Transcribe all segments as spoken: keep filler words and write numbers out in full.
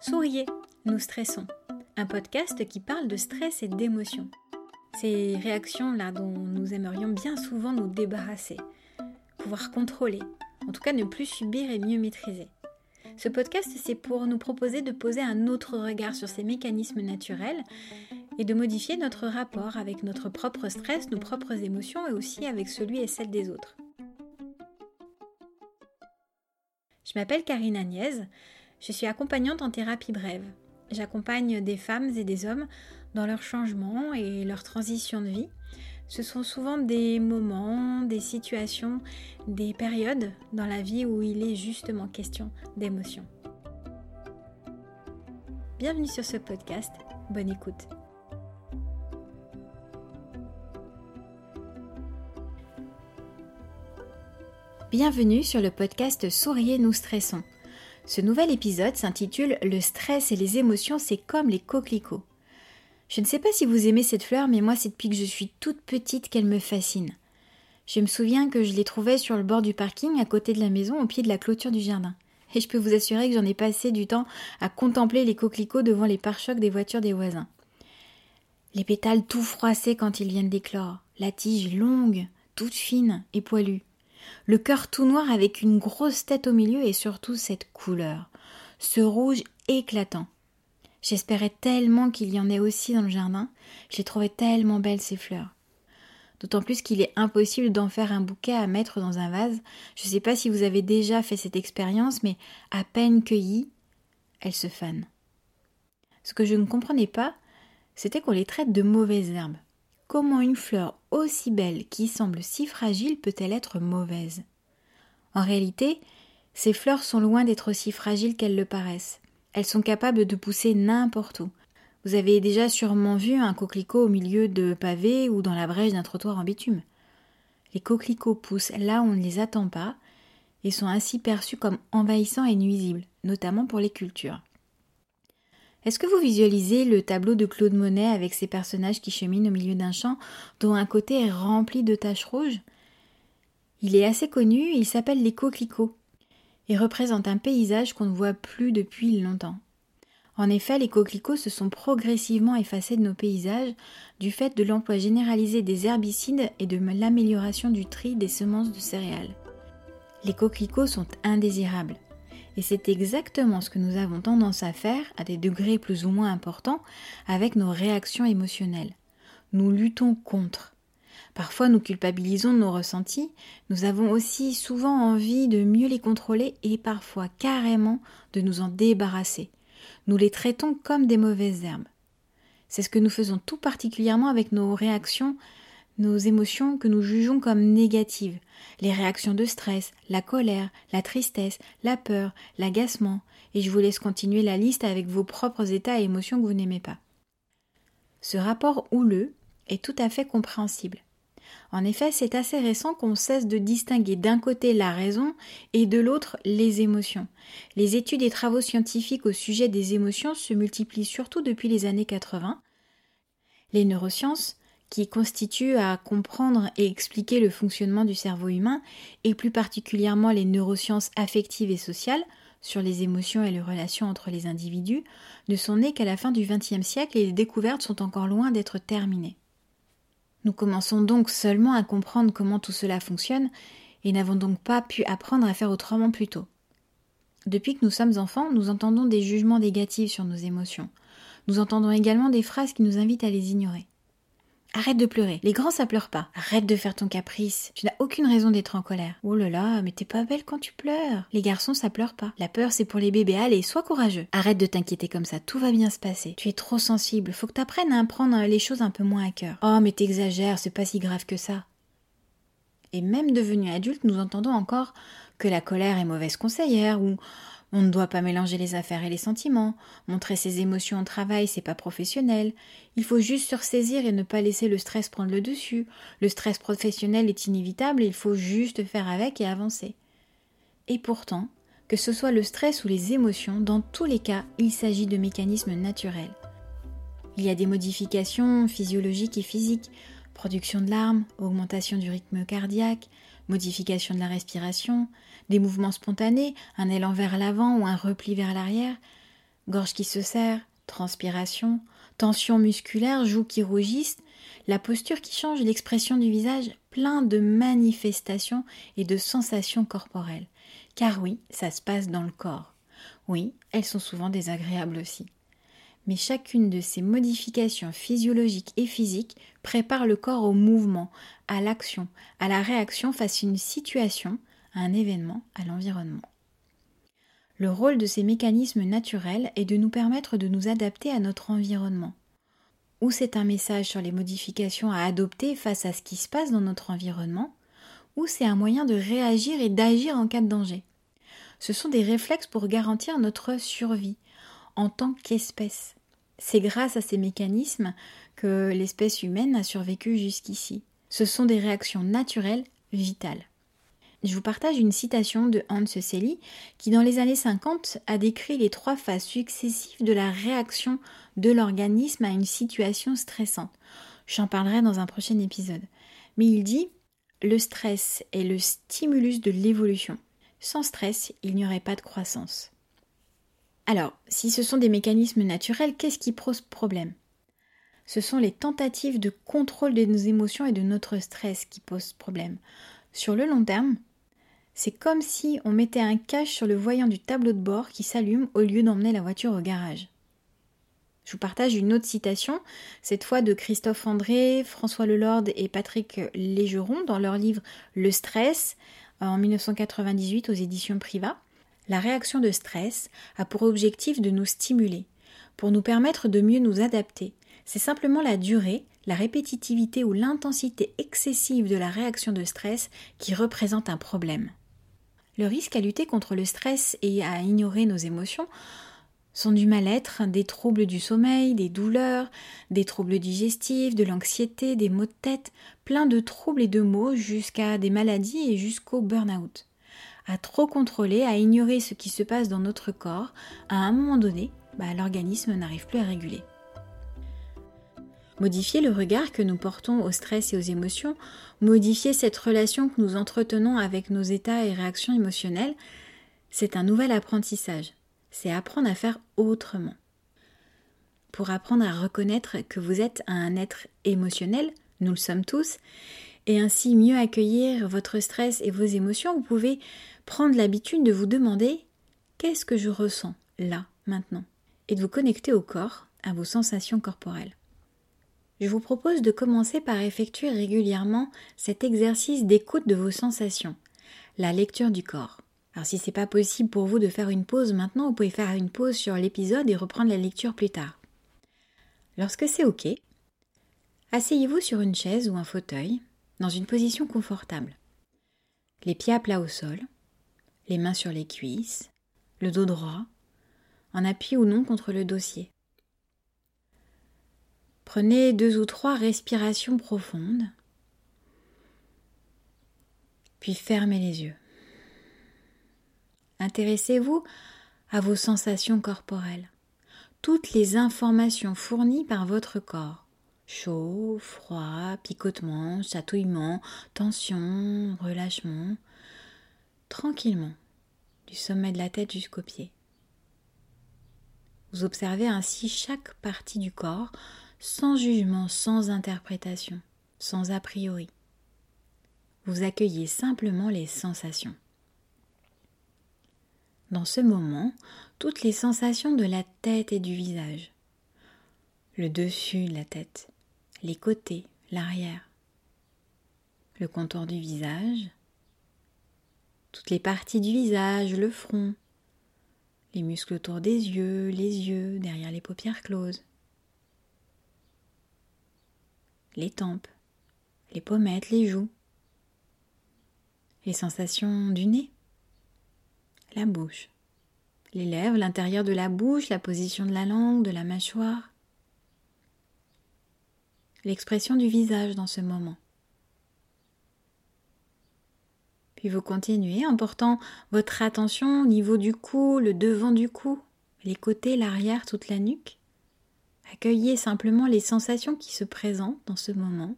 Souriez, nous stressons. Un podcast qui parle de stress et d'émotions. Ces réactions-là dont nous aimerions bien souvent nous débarrasser, pouvoir contrôler, en tout cas ne plus subir et mieux maîtriser. Ce podcast, c'est pour nous proposer de poser un autre regard sur ces mécanismes naturels et de modifier notre rapport avec notre propre stress, nos propres émotions et aussi avec celui et celle des autres. Je m'appelle Karine Agnès, je suis accompagnante en thérapie brève. J'accompagne des femmes et des hommes dans leur changement et leur transition de vie. Ce sont souvent des moments, des situations, des périodes dans la vie où il est justement question d'émotions. Bienvenue sur ce podcast, bonne écoute. Bienvenue sur le podcast Souriez, nous stressons. Ce nouvel épisode s'intitule « Le stress et les émotions, c'est comme les coquelicots ». Je ne sais pas si vous aimez cette fleur, mais moi c'est depuis que je suis toute petite qu'elle me fascine. Je me souviens que je les trouvais sur le bord du parking, à côté de la maison, au pied de la clôture du jardin. Et je peux vous assurer que j'en ai passé du temps à contempler les coquelicots devant les pare-chocs des voitures des voisins. Les pétales tout froissés quand ils viennent d'éclore, la tige longue, toute fine et poilue. Le cœur tout noir avec une grosse tête au milieu et surtout cette couleur, ce rouge éclatant. J'espérais tellement qu'il y en ait aussi dans le jardin, je les trouvais tellement belles ces fleurs. D'autant plus qu'il est impossible d'en faire un bouquet à mettre dans un vase. Je ne sais pas si vous avez déjà fait cette expérience, mais à peine cueillies, elles se fanent. Ce que je ne comprenais pas, c'était qu'on les traite de mauvaises herbes. Comment une fleur aussi belle qui semble si fragile peut-elle être mauvaise ? En réalité, ces fleurs sont loin d'être aussi fragiles qu'elles le paraissent. Elles sont capables de pousser n'importe où. Vous avez déjà sûrement vu un coquelicot au milieu de pavés ou dans la brèche d'un trottoir en bitume. Les coquelicots poussent là où on ne les attend pas et sont ainsi perçus comme envahissants et nuisibles, notamment pour les cultures. Est-ce que vous visualisez le tableau de Claude Monet avec ses personnages qui cheminent au milieu d'un champ dont un côté est rempli de taches rouges ? Il est assez connu, il s'appelle Les Coquelicots et représente un paysage qu'on ne voit plus depuis longtemps. En effet, les coquelicots se sont progressivement effacés de nos paysages du fait de l'emploi généralisé des herbicides et de l'amélioration du tri des semences de céréales. Les coquelicots sont indésirables. Et c'est exactement ce que nous avons tendance à faire, à des degrés plus ou moins importants, avec nos réactions émotionnelles. Nous luttons contre. Parfois nous culpabilisons de nos ressentis, nous avons aussi souvent envie de mieux les contrôler et parfois carrément de nous en débarrasser. Nous les traitons comme des mauvaises herbes. C'est ce que nous faisons tout particulièrement avec nos réactions, nos émotions que nous jugeons comme négatives, les réactions de stress, la colère, la tristesse, la peur, l'agacement, et je vous laisse continuer la liste avec vos propres états et émotions que vous n'aimez pas. Ce rapport houleux est tout à fait compréhensible. En effet, c'est assez récent qu'on cesse de distinguer d'un côté la raison et de l'autre les émotions. Les études et travaux scientifiques au sujet des émotions se multiplient surtout depuis les années quatre-vingts. Les neurosciences, qui constituent à comprendre et expliquer le fonctionnement du cerveau humain, et plus particulièrement les neurosciences affectives et sociales, sur les émotions et les relations entre les individus, ne sont nées qu'à la fin du vingtième siècle et les découvertes sont encore loin d'être terminées. Nous commençons donc seulement à comprendre comment tout cela fonctionne et n'avons donc pas pu apprendre à faire autrement plus tôt. Depuis que nous sommes enfants, nous entendons des jugements négatifs sur nos émotions. Nous entendons également des phrases qui nous invitent à les ignorer. Arrête de pleurer, les grands ça pleure pas. Arrête de faire ton caprice, tu n'as aucune raison d'être en colère. Oh là là, mais t'es pas belle quand tu pleures. Les garçons ça pleure pas. La peur c'est pour les bébés, allez, sois courageux. Arrête de t'inquiéter comme ça, tout va bien se passer. Tu es trop sensible, faut que t'apprennes à prendre les choses un peu moins à cœur. Oh mais t'exagères, c'est pas si grave que ça. Et même devenus adultes, nous entendons encore que la colère est mauvaise conseillère ou on ne doit pas mélanger les affaires et les sentiments. Montrer ses émotions au travail, c'est pas professionnel. Il faut juste se ressaisir et ne pas laisser le stress prendre le dessus. Le stress professionnel est inévitable et il faut juste faire avec et avancer. Et pourtant, que ce soit le stress ou les émotions, dans tous les cas, il s'agit de mécanismes naturels. Il y a des modifications physiologiques et physiques, production de larmes, augmentation du rythme cardiaque, modification de la respiration, des mouvements spontanés, un élan vers l'avant ou un repli vers l'arrière. Gorge qui se serre, transpiration, tension musculaire, joues qui rougissent, la posture qui change, l'expression du visage, plein de manifestations et de sensations corporelles. Car oui, ça se passe dans le corps. Oui, elles sont souvent désagréables aussi. Mais chacune de ces modifications physiologiques et physiques prépare le corps au mouvement, à l'action, à la réaction face à une situation, à un événement, à l'environnement. Le rôle de ces mécanismes naturels est de nous permettre de nous adapter à notre environnement. Ou c'est un message sur les modifications à adopter face à ce qui se passe dans notre environnement, ou c'est un moyen de réagir et d'agir en cas de danger. Ce sont des réflexes pour garantir notre survie en tant qu'espèce. C'est grâce à ces mécanismes que l'espèce humaine a survécu jusqu'ici. Ce sont des réactions naturelles vitales. Je vous partage une citation de Hans Selye qui, dans les années cinquante, a décrit les trois phases successives de la réaction de l'organisme à une situation stressante. J'en parlerai dans un prochain épisode. Mais il dit « Le stress est le stimulus de l'évolution. Sans stress, il n'y aurait pas de croissance. » Alors, si ce sont des mécanismes naturels, qu'est-ce qui pose problème ? Ce sont les tentatives de contrôle de nos émotions et de notre stress qui posent problème. Sur le long terme, c'est comme si on mettait un cache sur le voyant du tableau de bord qui s'allume au lieu d'emmener la voiture au garage. Je vous partage une autre citation, cette fois de Christophe André, François Lelord et Patrick Légeron dans leur livre « Le stress » en dix-neuf cent quatre-vingt-dix-huit aux éditions Privat. La réaction de stress a pour objectif de nous stimuler, pour nous permettre de mieux nous adapter. C'est simplement la durée, la répétitivité ou l'intensité excessive de la réaction de stress qui représente un problème. Le risque à lutter contre le stress et à ignorer nos émotions sont du mal-être, des troubles du sommeil, des douleurs, des troubles digestifs, de l'anxiété, des maux de tête, plein de troubles et de maux jusqu'à des maladies et jusqu'au burn-out. À trop contrôler, à ignorer ce qui se passe dans notre corps, à un moment donné, bah, l'organisme n'arrive plus à réguler. Modifier le regard que nous portons au stress et aux émotions, modifier cette relation que nous entretenons avec nos états et réactions émotionnelles, c'est un nouvel apprentissage. C'est apprendre à faire autrement. Pour apprendre à reconnaître que vous êtes un être émotionnel, nous le sommes tous, et ainsi mieux accueillir votre stress et vos émotions, vous pouvez prendre l'habitude de vous demander « Qu'est-ce que je ressens là, maintenant ?» et de vous connecter au corps, à vos sensations corporelles. Je vous propose de commencer par effectuer régulièrement cet exercice d'écoute de vos sensations, la lecture du corps. Alors si ce n'est pas possible pour vous de faire une pause maintenant, vous pouvez faire une pause sur l'épisode et reprendre la lecture plus tard. Lorsque c'est OK, asseyez-vous sur une chaise ou un fauteuil, dans une position confortable. Les pieds à plat au sol, les mains sur les cuisses, le dos droit, en appui ou non contre le dossier. Prenez deux ou trois respirations profondes, puis fermez les yeux. Intéressez-vous à vos sensations corporelles, toutes les informations fournies par votre corps. Chaud, froid, picotement, chatouillement, tension, relâchement, tranquillement, du sommet de la tête jusqu'aux pieds. Vous observez ainsi chaque partie du corps, sans jugement, sans interprétation, sans a priori. Vous accueillez simplement les sensations. Dans ce moment, toutes les sensations de la tête et du visage, le dessus de la tête, les côtés, l'arrière, le contour du visage, toutes les parties du visage, le front, les muscles autour des yeux, les yeux, derrière les paupières closes, les tempes, les pommettes, les joues, les sensations du nez, la bouche, les lèvres, l'intérieur de la bouche, la position de la langue, de la mâchoire, l'expression du visage dans ce moment. Puis vous continuez en portant votre attention au niveau du cou, le devant du cou, les côtés, l'arrière, toute la nuque. Accueillez simplement les sensations qui se présentent dans ce moment.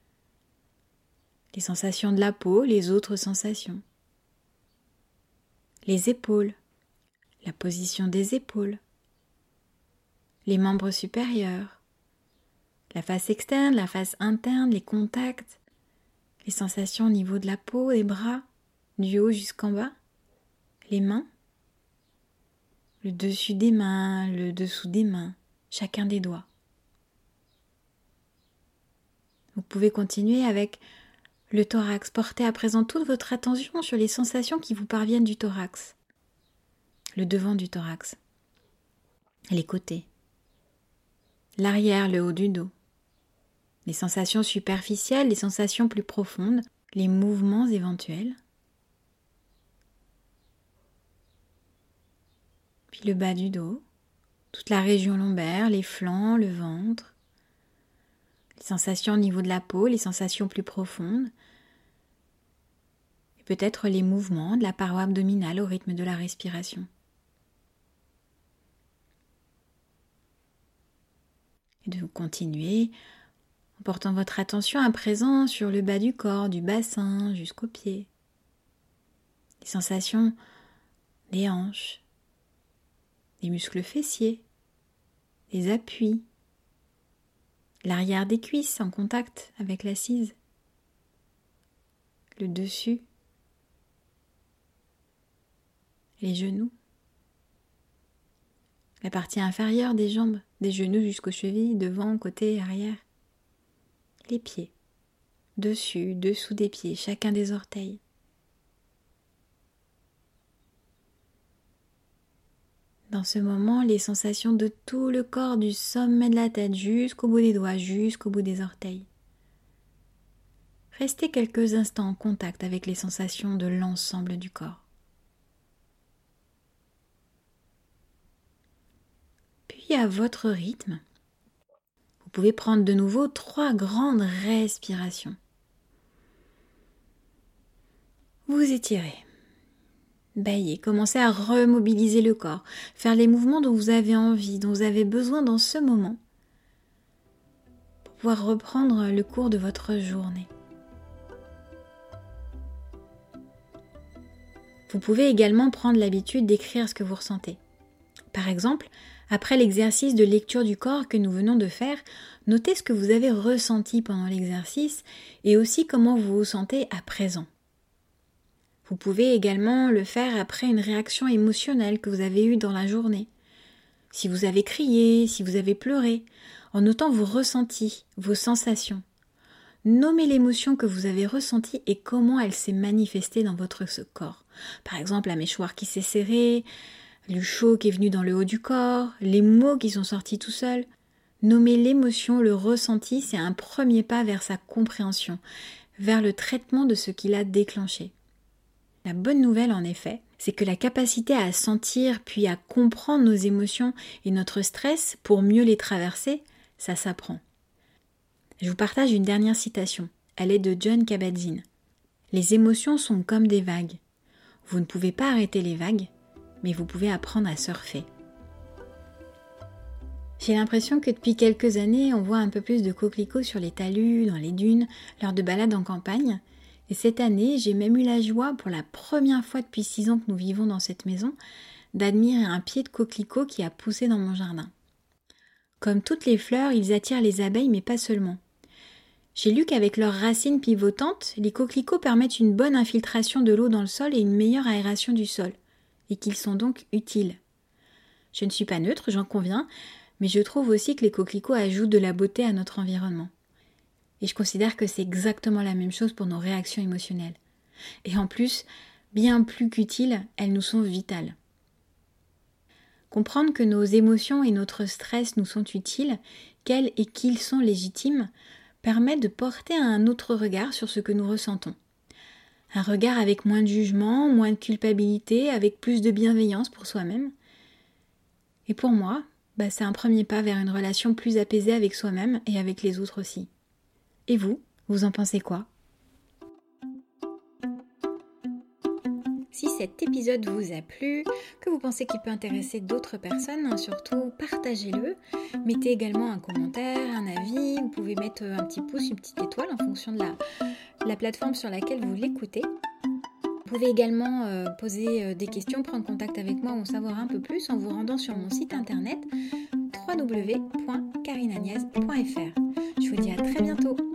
Les sensations de la peau, les autres sensations. Les épaules, la position des épaules, les membres supérieurs, la face externe, la face interne, les contacts, les sensations au niveau de la peau, des bras, du haut jusqu'en bas, les mains, le dessus des mains, le dessous des mains, chacun des doigts. Vous pouvez continuer avec le thorax. Portez à présent toute votre attention sur les sensations qui vous parviennent du thorax, le devant du thorax, les côtés, l'arrière, le haut du dos, les sensations superficielles, les sensations plus profondes, les mouvements éventuels, puis le bas du dos, toute la région lombaire, les flancs, le ventre, les sensations au niveau de la peau, les sensations plus profondes, et peut-être les mouvements de la paroi abdominale au rythme de la respiration. Et de continuer en portant votre attention à présent sur le bas du corps, du bassin jusqu'aux pieds. Les sensations des hanches, des muscles fessiers, des appuis, l'arrière des cuisses en contact avec l'assise, le dessus, les genoux, la partie inférieure des jambes, des genoux jusqu'aux chevilles, devant, côté, arrière, les pieds, dessus, dessous des pieds, chacun des orteils. Dans ce moment, les sensations de tout le corps, du sommet de la tête jusqu'au bout des doigts, jusqu'au bout des orteils. Restez quelques instants en contact avec les sensations de l'ensemble du corps. Puis à votre rythme, vous pouvez prendre de nouveau trois grandes respirations. Vous étirez. Baillez, commencez à remobiliser le corps, faire les mouvements dont vous avez envie, dont vous avez besoin dans ce moment, pour pouvoir reprendre le cours de votre journée. Vous pouvez également prendre l'habitude d'écrire ce que vous ressentez. Par exemple, après l'exercice de lecture du corps que nous venons de faire, notez ce que vous avez ressenti pendant l'exercice et aussi comment vous vous sentez à présent. Vous pouvez également le faire après une réaction émotionnelle que vous avez eue dans la journée. Si vous avez crié, si vous avez pleuré, en notant vos ressentis, vos sensations. Nommez l'émotion que vous avez ressentie et comment elle s'est manifestée dans votre corps. Par exemple, la mâchoire qui s'est serrée, le chaud qui est venu dans le haut du corps, les mots qui sont sortis tout seuls. Nommer l'émotion, le ressenti, c'est un premier pas vers sa compréhension, vers le traitement de ce qui l'a déclenché. La bonne nouvelle, en effet, c'est que la capacité à sentir puis à comprendre nos émotions et notre stress pour mieux les traverser, ça s'apprend. Je vous partage une dernière citation. Elle est de Jon Kabat-Zinn. Les émotions sont comme des vagues. Vous ne pouvez pas arrêter les vagues, mais vous pouvez apprendre à surfer. J'ai l'impression que depuis quelques années, on voit un peu plus de coquelicots sur les talus, dans les dunes, lors de balades en campagne. Et cette année, j'ai même eu la joie, pour la première fois depuis six ans que nous vivons dans cette maison, d'admirer un pied de coquelicot qui a poussé dans mon jardin. Comme toutes les fleurs, ils attirent les abeilles, mais pas seulement. J'ai lu qu'avec leurs racines pivotantes, les coquelicots permettent une bonne infiltration de l'eau dans le sol et une meilleure aération du sol, et qu'ils sont donc utiles. Je ne suis pas neutre, j'en conviens, mais je trouve aussi que les coquelicots ajoutent de la beauté à notre environnement. Et je considère que c'est exactement la même chose pour nos réactions émotionnelles. Et en plus, bien plus qu'utiles, elles nous sont vitales. Comprendre que nos émotions et notre stress nous sont utiles, qu'elles et qu'ils sont légitimes, permet de porter un autre regard sur ce que nous ressentons. Un regard avec moins de jugement, moins de culpabilité, avec plus de bienveillance pour soi-même. Et pour moi, bah, c'est un premier pas vers une relation plus apaisée avec soi-même et avec les autres aussi. Et vous, vous en pensez quoi ? Si cet épisode vous a plu, que vous pensez qu'il peut intéresser d'autres personnes, surtout partagez-le. Mettez également un commentaire, un avis, vous pouvez mettre un petit pouce, une petite étoile en fonction de la, la plateforme sur laquelle vous l'écoutez. Vous pouvez également euh, poser euh, des questions, prendre contact avec moi ou en savoir un peu plus en vous rendant sur mon site internet w w w point karine agnès point f r. Je vous dis à très bientôt.